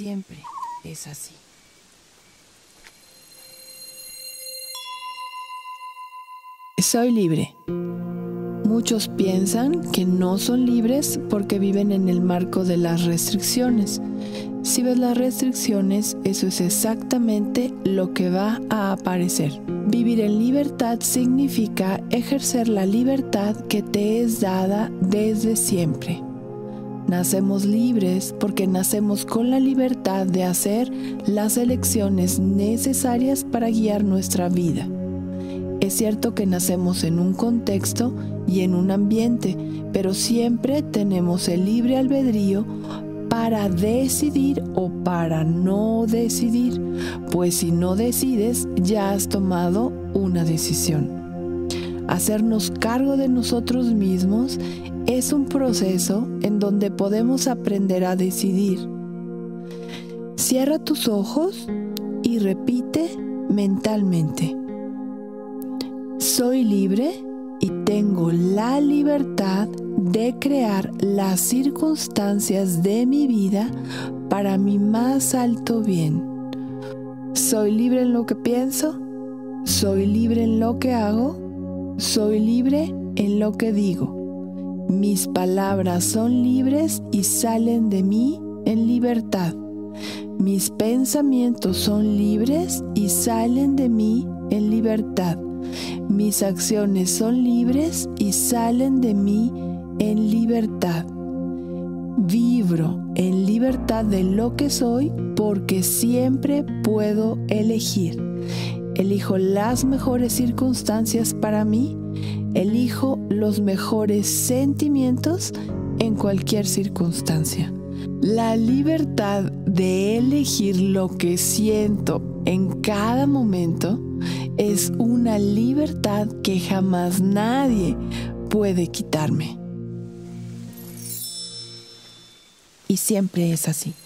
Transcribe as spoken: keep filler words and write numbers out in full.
siempre es así. Soy libre. Muchos piensan que no son libres porque viven en el marco de las restricciones. Si ves las restricciones, eso es exactamente lo que va a aparecer. Vivir en libertad significa ejercer la libertad que te es dada desde siempre. Nacemos libres porque nacemos con la libertad de hacer las elecciones necesarias para guiar nuestra vida. Es cierto que nacemos en un contexto y en un ambiente, pero siempre tenemos el libre albedrío para decidir o para no decidir, pues si no decides, ya has tomado una decisión. Hacernos cargo de nosotros mismos es un proceso en donde podemos aprender a decidir. Cierra tus ojos y repite mentalmente: soy libre y tengo la libertad de crear las circunstancias de mi vida para mi más alto bien. Soy libre en lo que pienso, soy libre en lo que hago, soy libre en lo que digo. Mis palabras son libres y salen de mí en libertad. Mis pensamientos son libres y salen de mí en libertad. Mis acciones son libres y salen de mí en libertad. Vibro en libertad de lo que soy porque siempre puedo elegir. Elijo las mejores circunstancias para mí. Elijo los mejores sentimientos en cualquier circunstancia. La libertad de elegir lo que siento en cada momento es una libertad que jamás nadie puede quitarme. Y siempre es así.